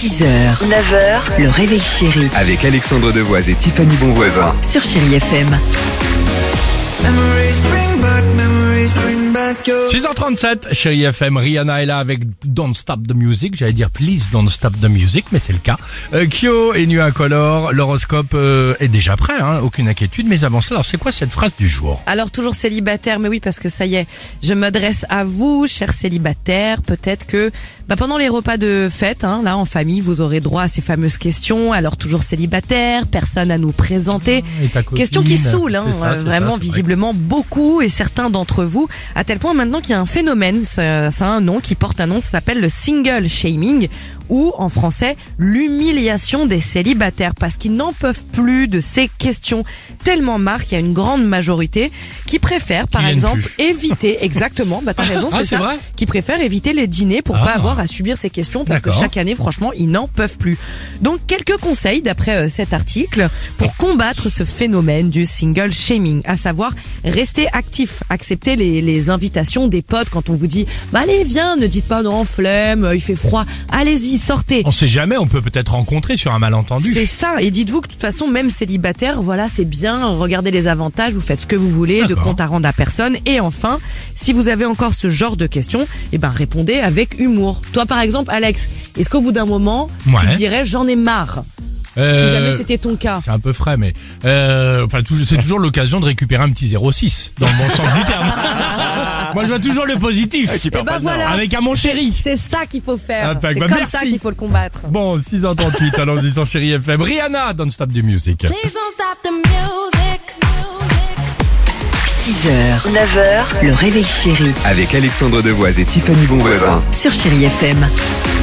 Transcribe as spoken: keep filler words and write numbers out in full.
six heures, neuf heures, le réveil chéri Avec Alexandre Devoise et Tiffany Bonvoisin. sur Chéri F M. Memories bring back, memories bring back your... six heures trente-sept, Chéri F M, Rihanna est là avec Don't Stop the Music, j'allais dire Please Don't Stop the Music, mais c'est le cas. Euh, Kyo et Nuit Incolore, l'horoscope euh, est déjà prêt, hein, aucune inquiétude, mais avant ça, alors c'est quoi cette phrase du jour? Alors toujours célibataire, mais oui, parce que ça y est, je m'adresse à vous, chers célibataires. Peut-être que bah, pendant les repas de fête, hein, là en famille, vous aurez droit à ces fameuses questions. Alors toujours célibataire, personne à nous présenter. Et ta copine, Questions qui saoulent, hein, c'est ça, euh, c'est vraiment ça, c'est visiblement beaucoup, et certains d'entre vous, à tel point maintenant qu'il y a un phénomène, ça, ça a un nom, qui porte un nom, ça s'appelle le single shaming, ou en français, l'humiliation des célibataires, parce qu'ils n'en peuvent plus de ces questions tellement marre qu'il y a une grande majorité qui préfère, par viennent exemple, plus. éviter, exactement, bah t'as raison, Ah, c'est c'est ça, vrai qui préfèrent éviter les dîners pour Ah. pas avoir à subir ces questions, parce que D'accord. chaque année, franchement, ils n'en peuvent plus. Donc, quelques conseils d'après euh, cet article pour combattre ce phénomène du single shaming, à savoir rester actif, accepter les, les invitations des potes quand on vous dit bah allez viens, ne dites pas non flemme, il fait froid, allez-y sortez. On sait jamais, on peut peut-être rencontrer sur un malentendu. C'est ça, et dites-vous que de toute façon, même célibataire, voilà, c'est bien, regardez les avantages, vous faites ce que vous voulez, de D'accord. compte à rendre à personne. Et enfin, si vous avez encore ce genre de questions, eh ben répondez avec humour. Toi par exemple, Alex, est-ce qu'au bout d'un moment, tu Ouais. te dirais j'en ai marre, Euh, si jamais c'était ton cas? C'est un peu frais, mais euh, enfin, tout- c'est toujours l'occasion de récupérer un petit zéro six, dans le bon sens du terme. Moi, je vois toujours le positif. Eh ben voilà, Avec un mon chéri. c'est ça qu'il faut faire, Ah, bah, c'est bah, comme merci. ça qu'il faut le combattre. Bon, six heures trente-huit, allons-y sur Chéri F M. Rihanna, Don't Stop the Music. Please don't stop the music. six heures, neuf heures, le réveil chéri Avec Alexandre Devoise et Tiffany Bonvoisin. sur Chéri F M.